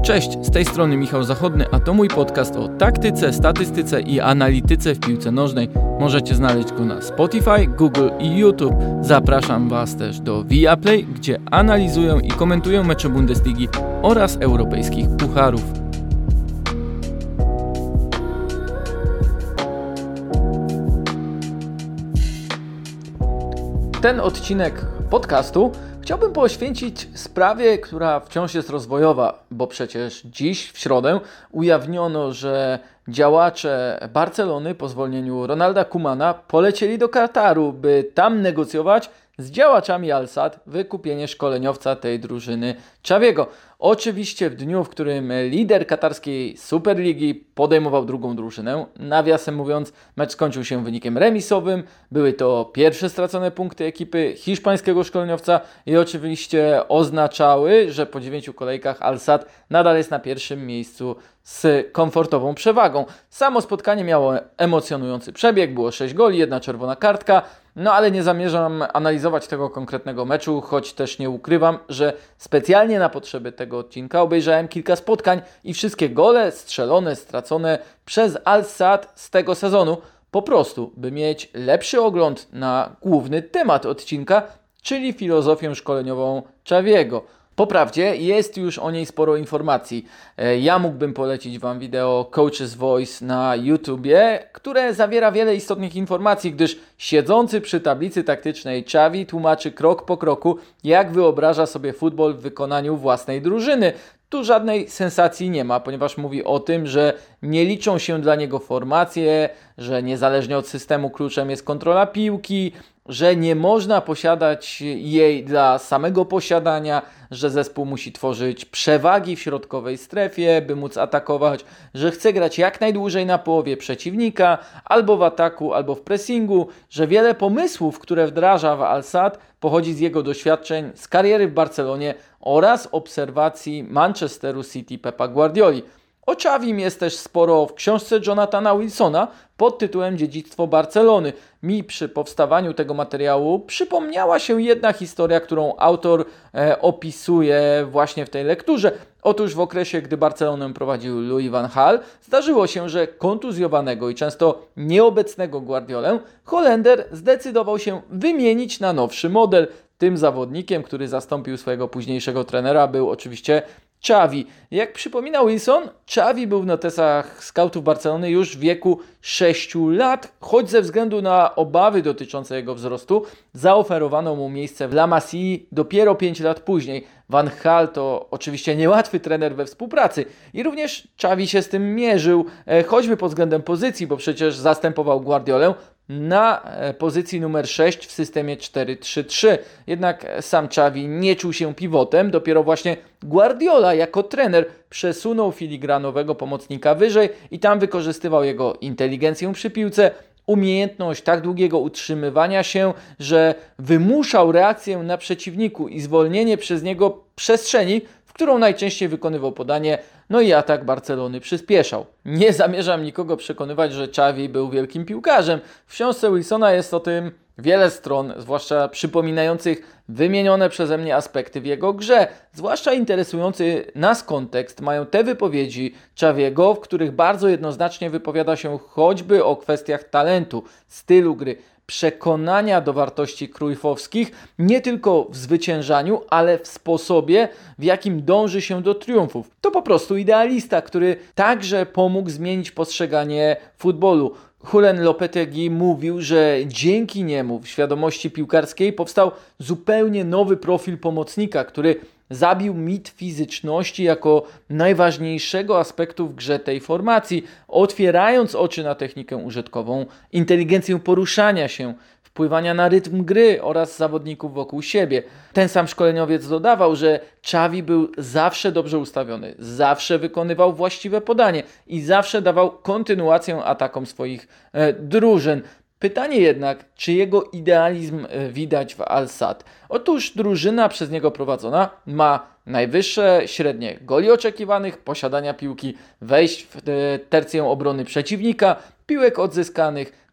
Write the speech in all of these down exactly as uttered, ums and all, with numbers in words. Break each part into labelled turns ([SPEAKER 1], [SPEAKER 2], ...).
[SPEAKER 1] Cześć, z tej strony Michał Zachodny, a to mój podcast o taktyce, statystyce i analityce w piłce nożnej. Możecie znaleźć go na Spotify, Google i YouTube. Zapraszam Was też do Viaplay, gdzie analizują i komentują mecze Bundesligi oraz europejskich pucharów. Ten odcinek podcastu chciałbym poświęcić sprawie, która wciąż jest rozwojowa, bo przecież dziś w środę ujawniono, że działacze Barcelony po zwolnieniu Ronalda Koemana polecieli do Kataru, by tam negocjować z działaczami Al-Sadd wykupienie szkoleniowca tej drużyny Xaviego. Oczywiście w dniu, w którym lider katarskiej Superligi podejmował drugą drużynę, nawiasem mówiąc, mecz skończył się wynikiem remisowym. Były to pierwsze stracone punkty ekipy hiszpańskiego szkoleniowca i oczywiście oznaczały, że po dziewięciu kolejkach Al-Sadd nadal jest na pierwszym miejscu z komfortową przewagą. Samo spotkanie miało emocjonujący przebieg, było sześć goli, jedna czerwona kartka. No ale nie zamierzam analizować tego konkretnego meczu, choć też nie ukrywam, że specjalnie na potrzeby tego odcinka obejrzałem kilka spotkań i wszystkie gole strzelone, stracone przez Al-Sadd z tego sezonu, po prostu by mieć lepszy ogląd na główny temat odcinka, czyli filozofię szkoleniową Xaviego. Po prawdzie jest już o niej sporo informacji. Ja mógłbym polecić Wam wideo Coach's Voice na YouTubie, które zawiera wiele istotnych informacji, gdyż siedzący przy tablicy taktycznej Xavi tłumaczy krok po kroku, jak wyobraża sobie futbol w wykonaniu własnej drużyny. Tu żadnej sensacji nie ma, ponieważ mówi o tym, że nie liczą się dla niego formacje, że niezależnie od systemu kluczem jest kontrola piłki, że nie można posiadać jej dla samego posiadania, że zespół musi tworzyć przewagi w środkowej strefie, by móc atakować, że chce grać jak najdłużej na połowie przeciwnika, albo w ataku, albo w pressingu, że wiele pomysłów, które wdraża w Al-Sadd, pochodzi z jego doświadczeń z kariery w Barcelonie oraz obserwacji Manchesteru City Pepa Guardioli. O Xavim jest też sporo w książce Jonathana Wilsona pod tytułem Dziedzictwo Barcelony. Mi przy powstawaniu tego materiału przypomniała się jedna historia, którą autor e, opisuje właśnie w tej lekturze. Otóż w okresie, gdy Barcelonę prowadził Louis van Gaal, zdarzyło się, że kontuzjowanego i często nieobecnego Guardiolę Holender zdecydował się wymienić na nowszy model. Tym zawodnikiem, który zastąpił swojego późniejszego trenera, był oczywiście Xavi. Jak przypominał Wilson, Xavi był w notesach skautów Barcelony już w wieku sześciu lat, choć ze względu na obawy dotyczące jego wzrostu zaoferowano mu miejsce w La Masia dopiero pięć lat później. Van Gaal to oczywiście niełatwy trener we współpracy i również Xavi się z tym mierzył, choćby pod względem pozycji, bo przecież zastępował Guardiolę na pozycji numer sześć w systemie cztery trzy trzy. Jednak sam Xavi nie czuł się pivotem, dopiero właśnie Guardiola jako trener przesunął filigranowego pomocnika wyżej i tam wykorzystywał jego inteligencję przy piłce, umiejętność tak długiego utrzymywania się, że wymuszał reakcję na przeciwniku i zwolnienie przez niego przestrzeni, w którą najczęściej wykonywał podanie, no i atak Barcelony przyspieszał. Nie zamierzam nikogo przekonywać, że Xavi był wielkim piłkarzem. W książce Wilsona jest o tym wiele stron, zwłaszcza przypominających wymienione przeze mnie aspekty w jego grze. Zwłaszcza interesujący nas kontekst mają te wypowiedzi Xaviego, w których bardzo jednoznacznie wypowiada się choćby o kwestiach talentu, stylu gry, przekonania do wartości cruyffowskich, nie tylko w zwyciężaniu, ale w sposobie, w jakim dąży się do triumfów. To po prostu idealista, który także pomógł zmienić postrzeganie futbolu. Julen Lopetegui mówił, że dzięki niemu w świadomości piłkarskiej powstał zupełnie nowy profil pomocnika, który zabił mit fizyczności jako najważniejszego aspektu w grze tej formacji, otwierając oczy na technikę użytkową, inteligencję poruszania się, wpływania na rytm gry oraz zawodników wokół siebie. Ten sam szkoleniowiec dodawał, że Xavi był zawsze dobrze ustawiony, zawsze wykonywał właściwe podanie i zawsze dawał kontynuację atakom swoich e, drużyn. Pytanie jednak, czy jego idealizm widać w Al-Sadd? Otóż drużyna przez niego prowadzona ma najwyższe średnie goli oczekiwanych, posiadania piłki, wejść w tercję obrony przeciwnika, piłek odzyskanych,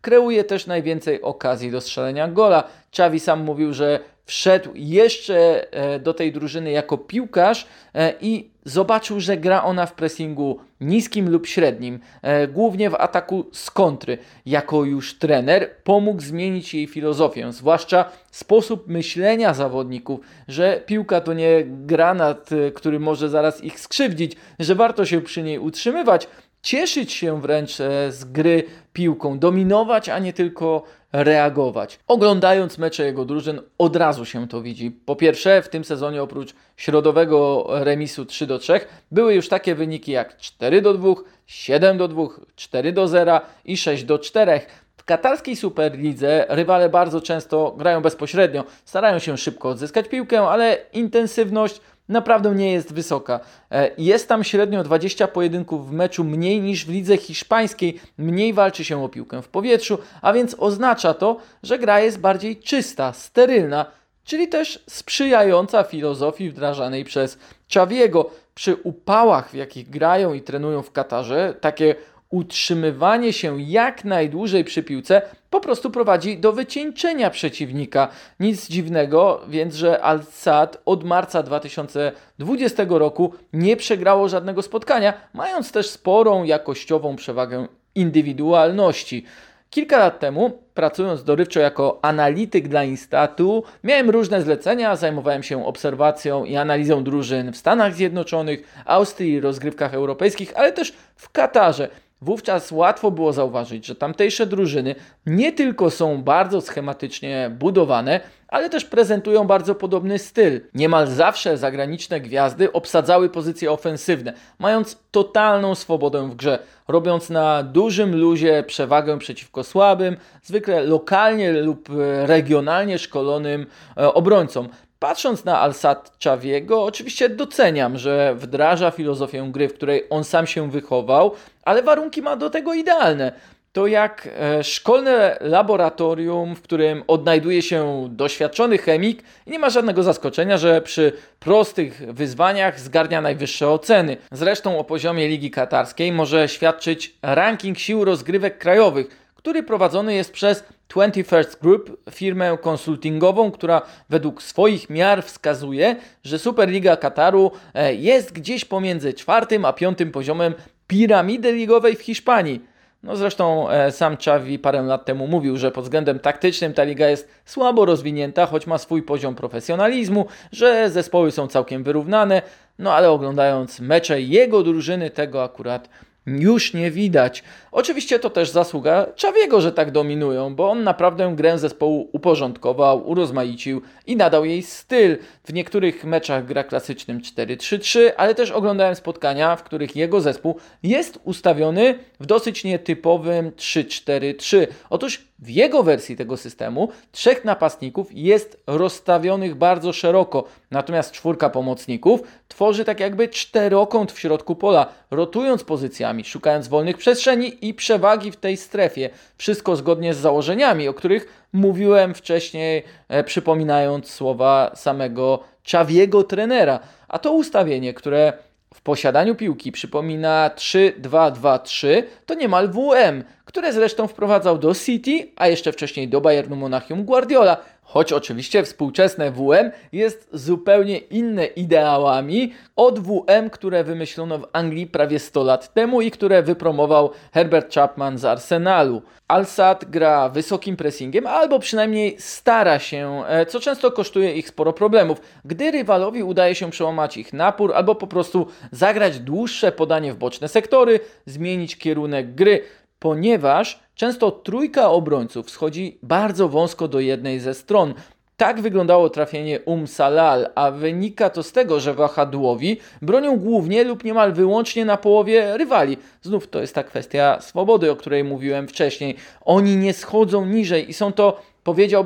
[SPEAKER 1] kreuje też najwięcej okazji do strzelenia gola. Xavi sam mówił, że wszedł jeszcze do tej drużyny jako piłkarz i zobaczył, że gra ona w pressingu niskim lub średnim, głównie w ataku z kontry. Jako już trener pomógł zmienić jej filozofię, zwłaszcza sposób myślenia zawodników, że piłka to nie granat, który może zaraz ich skrzywdzić, że warto się przy niej utrzymywać, cieszyć się wręcz z gry piłką, dominować, a nie tylko reagować. Oglądając mecze jego drużyn od razu się to widzi. Po pierwsze, w tym sezonie oprócz środowego remisu trzy do trzech były już takie wyniki jak cztery do dwóch, siedem do dwóch, cztery do zera i sześć do czterech. W katarskiej Superlidze rywale bardzo często grają bezpośrednio, starają się szybko odzyskać piłkę, ale intensywność naprawdę nie jest wysoka. Jest tam średnio dwadzieścia pojedynków w meczu mniej niż w lidze hiszpańskiej, mniej walczy się o piłkę w powietrzu, a więc oznacza to, że gra jest bardziej czysta, sterylna, czyli też sprzyjająca filozofii wdrażanej przez Xaviego. Przy upałach, w jakich grają i trenują w Katarze, takie utrzymywanie się jak najdłużej przy piłce po prostu prowadzi do wycieńczenia przeciwnika. Nic dziwnego, więc że Al-Sadd od marca dwa tysiące dwudziestego roku nie przegrało żadnego spotkania, mając też sporą jakościową przewagę indywidualności. Kilka lat temu, pracując dorywczo jako analityk dla Instatu, miałem różne zlecenia, zajmowałem się obserwacją i analizą drużyn w Stanach Zjednoczonych, Austrii, rozgrywkach europejskich, ale też w Katarze. Wówczas łatwo było zauważyć, że tamtejsze drużyny nie tylko są bardzo schematycznie budowane, ale też prezentują bardzo podobny styl. Niemal zawsze zagraniczne gwiazdy obsadzały pozycje ofensywne, mając totalną swobodę w grze, robiąc na dużym luzie przewagę przeciwko słabym, zwykle lokalnie lub regionalnie szkolonym obrońcom. Patrząc na Al-Sadd Xaviego, oczywiście doceniam, że wdraża filozofię gry, w której on sam się wychował, ale warunki ma do tego idealne. To jak e, szkolne laboratorium, w którym odnajduje się doświadczony chemik i nie ma żadnego zaskoczenia, że przy prostych wyzwaniach zgarnia najwyższe oceny. Zresztą o poziomie Ligi Katarskiej może świadczyć ranking sił rozgrywek krajowych, który prowadzony jest przez twenty first Group, firmę konsultingową, która według swoich miar wskazuje, że Superliga Kataru jest gdzieś pomiędzy czwartym a piątym poziomem piramidy ligowej w Hiszpanii. No zresztą e, sam Xavi parę lat temu mówił, że pod względem taktycznym ta liga jest słabo rozwinięta, choć ma swój poziom profesjonalizmu, że zespoły są całkiem wyrównane, no ale oglądając mecze jego drużyny tego akurat już nie widać. Oczywiście to też zasługa Xaviego, że tak dominują, bo on naprawdę grę zespołu uporządkował, urozmaicił i nadał jej styl. W niektórych meczach gra klasycznym cztery trzy trzy, ale też oglądałem spotkania, w których jego zespół jest ustawiony w dosyć nietypowym trzy cztery trzy. Otóż w jego wersji tego systemu trzech napastników jest rozstawionych bardzo szeroko, natomiast czwórka pomocników tworzy tak jakby czterokąt w środku pola, rotując pozycjami, szukając wolnych przestrzeni i przewagi w tej strefie. Wszystko zgodnie z założeniami, o których mówiłem wcześniej, e, przypominając słowa samego Xaviego trenera. A to ustawienie, które w posiadaniu piłki przypomina trzy dwa dwa trzy, to niemal W M, które zresztą wprowadzał do City, a jeszcze wcześniej do Bayernu Monachium Guardiola. Choć oczywiście współczesne W M jest zupełnie inne ideałami od W M, które wymyślono w Anglii prawie sto lat temu i które wypromował Herbert Chapman z Arsenalu. Al-Sadd gra wysokim pressingiem, albo przynajmniej stara się, co często kosztuje ich sporo problemów, gdy rywalowi udaje się przełamać ich napór, albo po prostu zagrać dłuższe podanie w boczne sektory, zmienić kierunek gry, ponieważ często trójka obrońców schodzi bardzo wąsko do jednej ze stron. Tak wyglądało trafienie Um Salal, a wynika to z tego, że wahadłowi bronią głównie lub niemal wyłącznie na połowie rywali. Znów to jest ta kwestia swobody, o której mówiłem wcześniej. Oni nie schodzą niżej i są to, powiedziałbym,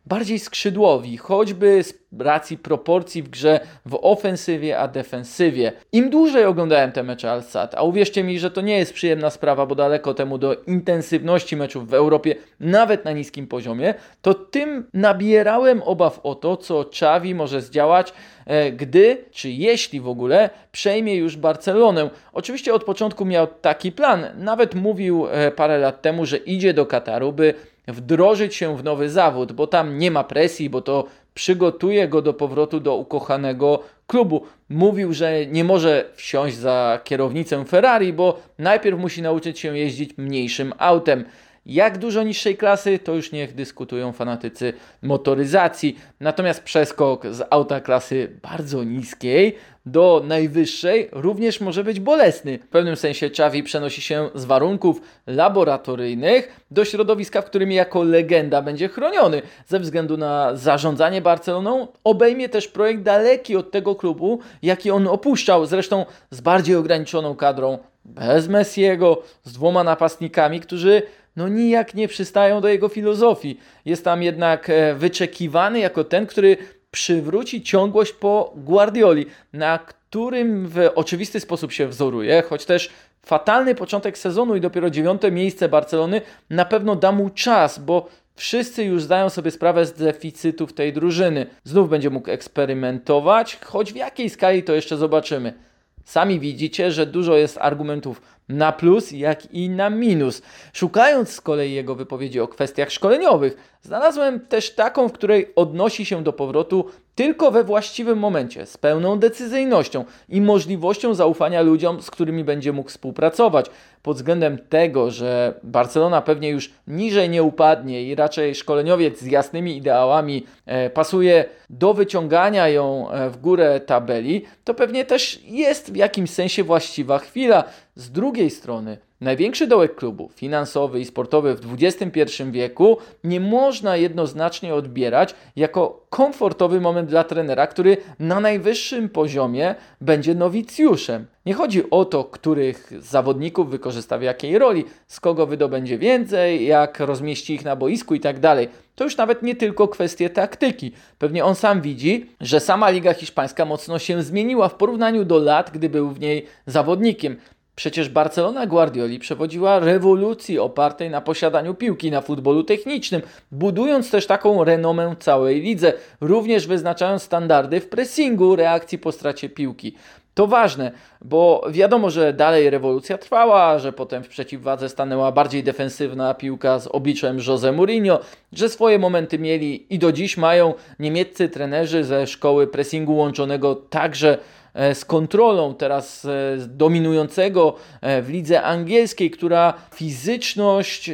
[SPEAKER 1] bardziej skrzydłowi, choćby z racji proporcji w grze w ofensywie a defensywie. Im dłużej oglądałem te mecze Al-Sadd, a uwierzcie mi, że to nie jest przyjemna sprawa, bo daleko temu do intensywności meczów w Europie, nawet na niskim poziomie, to tym nabierałem obaw o to, co Xavi może zdziałać, gdy, czy jeśli w ogóle, przejmie już Barcelonę. Oczywiście od początku miał taki plan, nawet mówił parę lat temu, że idzie do Kataru, by wdrożyć się w nowy zawód, bo tam nie ma presji, bo to przygotuje go do powrotu do ukochanego klubu. Mówił, że nie może wsiąść za kierownicę Ferrari, bo najpierw musi nauczyć się jeździć mniejszym autem. Jak dużo niższej klasy, to już niech dyskutują fanatycy motoryzacji. Natomiast przeskok z auta klasy bardzo niskiej do najwyższej również może być bolesny. W pewnym sensie Xavi przenosi się z warunków laboratoryjnych do środowiska, w którym jako legenda będzie chroniony. Ze względu na zarządzanie Barceloną obejmie też projekt daleki od tego klubu, jaki on opuszczał. Zresztą z bardziej ograniczoną kadrą, bez Messiego, z dwoma napastnikami, którzy no nijak nie przystają do jego filozofii. Jest tam jednak wyczekiwany jako ten, który przywróci ciągłość po Guardioli, na którym w oczywisty sposób się wzoruje, choć też fatalny początek sezonu i dopiero dziewiąte miejsce Barcelony na pewno da mu czas, bo wszyscy już zdają sobie sprawę z deficytów tej drużyny. Znów będzie mógł eksperymentować, choć w jakiej skali to jeszcze zobaczymy. Sami widzicie, że dużo jest argumentów na plus, jak i na minus. Szukając z kolei jego wypowiedzi o kwestiach szkoleniowych, znalazłem też taką, w której odnosi się do powrotu tylko we właściwym momencie, z pełną decyzyjnością i możliwością zaufania ludziom, z którymi będzie mógł współpracować. Pod względem tego, że Barcelona pewnie już niżej nie upadnie i raczej szkoleniowiec z jasnymi ideałami e, pasuje do wyciągania ją w górę tabeli, to pewnie też jest w jakimś sensie właściwa chwila. Z drugiej strony, największy dołek klubu, finansowy i sportowy w dwudziestym pierwszym wieku, nie można jednoznacznie odbierać jako komfortowy moment dla trenera, który na najwyższym poziomie będzie nowicjuszem. Nie chodzi o to, których zawodników wykorzysta w jakiej roli, z kogo wydobędzie więcej, jak rozmieści ich na boisku i tak dalej. To już nawet nie tylko kwestie taktyki. Pewnie on sam widzi, że sama Liga Hiszpańska mocno się zmieniła w porównaniu do lat, gdy był w niej zawodnikiem. Przecież Barcelona Guardioli przewodziła rewolucji opartej na posiadaniu piłki, na futbolu technicznym, budując też taką renomę całej lidze, również wyznaczając standardy w pressingu, reakcji po stracie piłki. To ważne, bo wiadomo, że dalej rewolucja trwała, że potem w przeciwwadze stanęła bardziej defensywna piłka z obliczem José Mourinho, że swoje momenty mieli i do dziś mają niemieccy trenerzy ze szkoły pressingu łączonego także z kontrolą teraz dominującego w lidze angielskiej, która fizyczność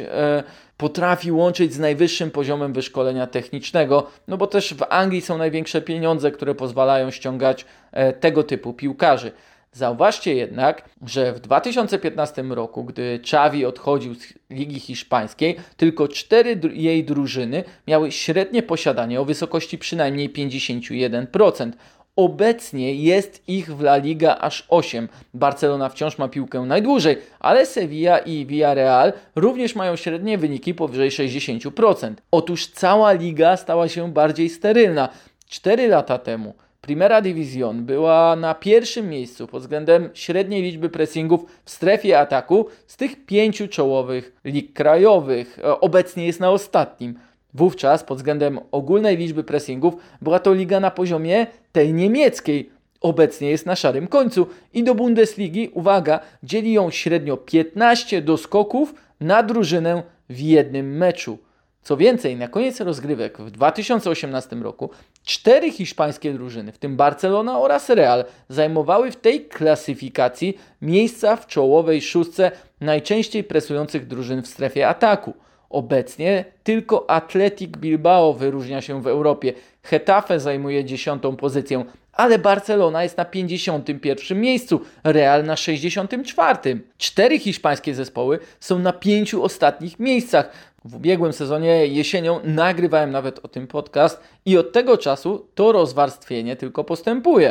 [SPEAKER 1] potrafi łączyć z najwyższym poziomem wyszkolenia technicznego, no bo też w Anglii są największe pieniądze, które pozwalają ściągać tego typu piłkarzy. Zauważcie jednak, że w dwa tysiące piętnastym roku, gdy Xavi odchodził z Ligi Hiszpańskiej, tylko cztery dru- jej drużyny miały średnie posiadanie o wysokości przynajmniej pięćdziesiąt jeden procent. Obecnie jest ich w La Liga aż osiem. Barcelona wciąż ma piłkę najdłużej, ale Sevilla i Villarreal również mają średnie wyniki powyżej sześćdziesiąt procent. Otóż cała liga stała się bardziej sterylna. Cztery lata temu Primera División była na pierwszym miejscu pod względem średniej liczby pressingów w strefie ataku z tych pięciu czołowych lig krajowych. Obecnie jest na ostatnim. Wówczas pod względem ogólnej liczby pressingów była to liga na poziomie tej niemieckiej. Obecnie jest na szarym końcu i do Bundesligi, uwaga, dzieli ją średnio piętnaście doskoków na drużynę w jednym meczu. Co więcej, na koniec rozgrywek w dwa tysiące osiemnastym roku cztery hiszpańskie drużyny, w tym Barcelona oraz Real, zajmowały w tej klasyfikacji miejsca w czołowej szóstce najczęściej presujących drużyn w strefie ataku. Obecnie tylko Athletic Bilbao wyróżnia się w Europie. Getafe zajmuje dziesiątą pozycję, ale Barcelona jest na pięćdziesiątym pierwszym miejscu, Real na sześćdziesiątym czwartym. Cztery hiszpańskie zespoły są na pięciu ostatnich miejscach. W ubiegłym sezonie jesienią nagrywałem nawet o tym podcast i od tego czasu to rozwarstwienie tylko postępuje.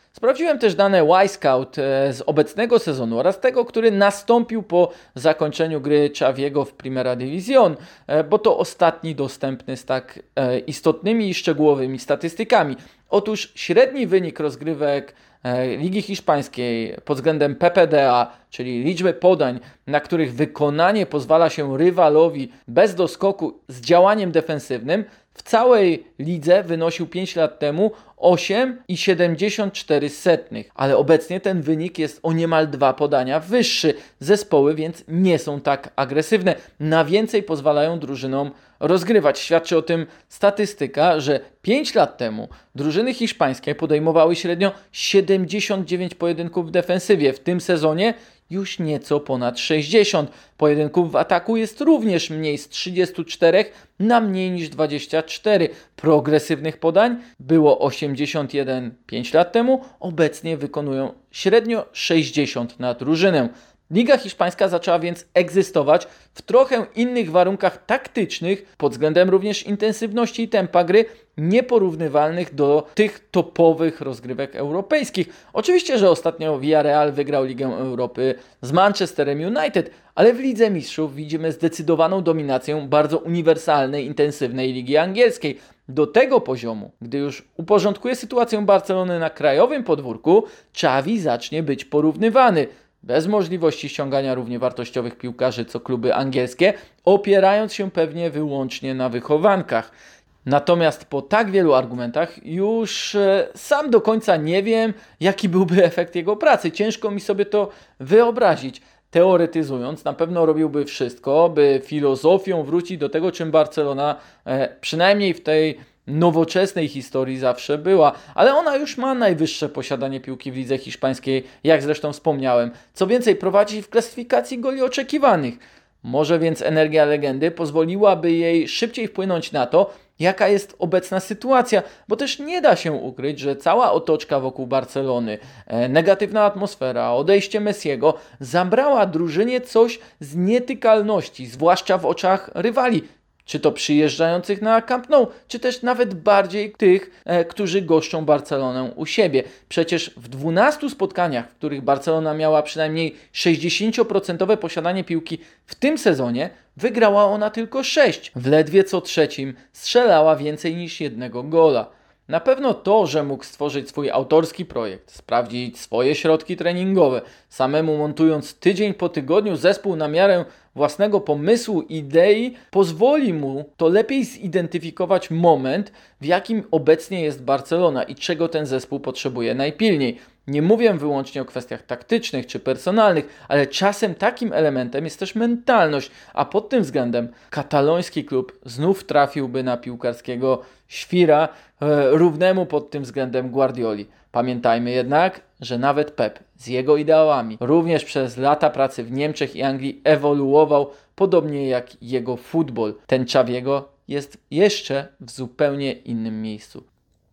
[SPEAKER 1] Sprawdziłem też dane Y-Scout z obecnego sezonu oraz tego, który nastąpił po zakończeniu gry Xaviego w Primera División, bo to ostatni dostępny z tak istotnymi i szczegółowymi statystykami. Otóż średni wynik rozgrywek Ligi Hiszpańskiej pod względem P P D A, czyli liczby podań, na których wykonanie pozwala się rywalowi bez doskoku z działaniem defensywnym, w całej lidze wynosił pięć lat temu osiem przecinek siedemdziesiąt cztery, ale obecnie ten wynik jest o niemal dwa podania wyższy. Zespoły więc nie są tak agresywne. Na więcej pozwalają drużynom rozgrywać. Świadczy o tym statystyka, że pięć lat temu drużyny hiszpańskie podejmowały średnio siedemdziesiąt dziewięć pojedynków w defensywie. W tym sezonie już nieco ponad sześćdziesiąt. Pojedynków w ataku jest również mniej, z trzydziestu czterech na mniej niż dwadzieścia cztery. Progresywnych podań było osiemdziesiąt jeden pięć lat temu, obecnie wykonują średnio sześćdziesiąt na drużynę. Liga hiszpańska zaczęła więc egzystować w trochę innych warunkach taktycznych, pod względem również intensywności i tempa gry, nieporównywalnych do tych topowych rozgrywek europejskich. Oczywiście, że ostatnio Villarreal wygrał Ligę Europy z Manchesterem United, ale w Lidze Mistrzów widzimy zdecydowaną dominację bardzo uniwersalnej, intensywnej ligi angielskiej. Do tego poziomu, gdy już uporządkuje sytuację Barcelony na krajowym podwórku, Xavi zacznie być porównywany. Bez możliwości ściągania równie wartościowych piłkarzy co kluby angielskie, opierając się pewnie wyłącznie na wychowankach. Natomiast po tak wielu argumentach już e, sam do końca nie wiem, jaki byłby efekt jego pracy. Ciężko mi sobie to wyobrazić. Teoretyzując, na pewno robiłby wszystko, by filozofią wrócić do tego, czym Barcelona e, przynajmniej w tej nowoczesnej historii zawsze była, ale ona już ma najwyższe posiadanie piłki w lidze hiszpańskiej, jak zresztą wspomniałem. Co więcej, prowadzi w klasyfikacji goli oczekiwanych. Może więc energia legendy pozwoliłaby jej szybciej wpłynąć na to, jaka jest obecna sytuacja, bo też nie da się ukryć, że cała otoczka wokół Barcelony, e, negatywna atmosfera, odejście Messiego zabrała drużynie coś z nietykalności, zwłaszcza w oczach rywali. Czy to przyjeżdżających na Camp Nou, czy też nawet bardziej tych, e, którzy goszczą Barcelonę u siebie. Przecież w dwunastu spotkaniach, w których Barcelona miała przynajmniej sześćdziesiąt procent posiadanie piłki w tym sezonie, wygrała ona tylko sześć. W ledwie co trzecim strzelała więcej niż jednego gola. Na pewno to, że mógł stworzyć swój autorski projekt, sprawdzić swoje środki treningowe, samemu montując tydzień po tygodniu zespół na miarę własnego pomysłu, idei, pozwoli mu to lepiej zidentyfikować moment, w jakim obecnie jest Barcelona i czego ten zespół potrzebuje najpilniej. Nie mówię wyłącznie o kwestiach taktycznych czy personalnych, ale czasem takim elementem jest też mentalność, a pod tym względem kataloński klub znów trafiłby na piłkarskiego świra e, równemu pod tym względem Guardioli. Pamiętajmy jednak, że nawet Pep z jego ideałami również przez lata pracy w Niemczech i Anglii ewoluował, podobnie jak jego futbol. Ten Xaviego jest jeszcze w zupełnie innym miejscu.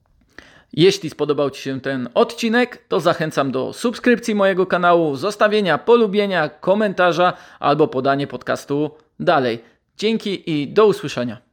[SPEAKER 1] Jeśli spodobał Ci się ten odcinek, to zachęcam do subskrypcji mojego kanału, zostawienia polubienia, komentarza albo podanie podcastu dalej. Dzięki i do usłyszenia.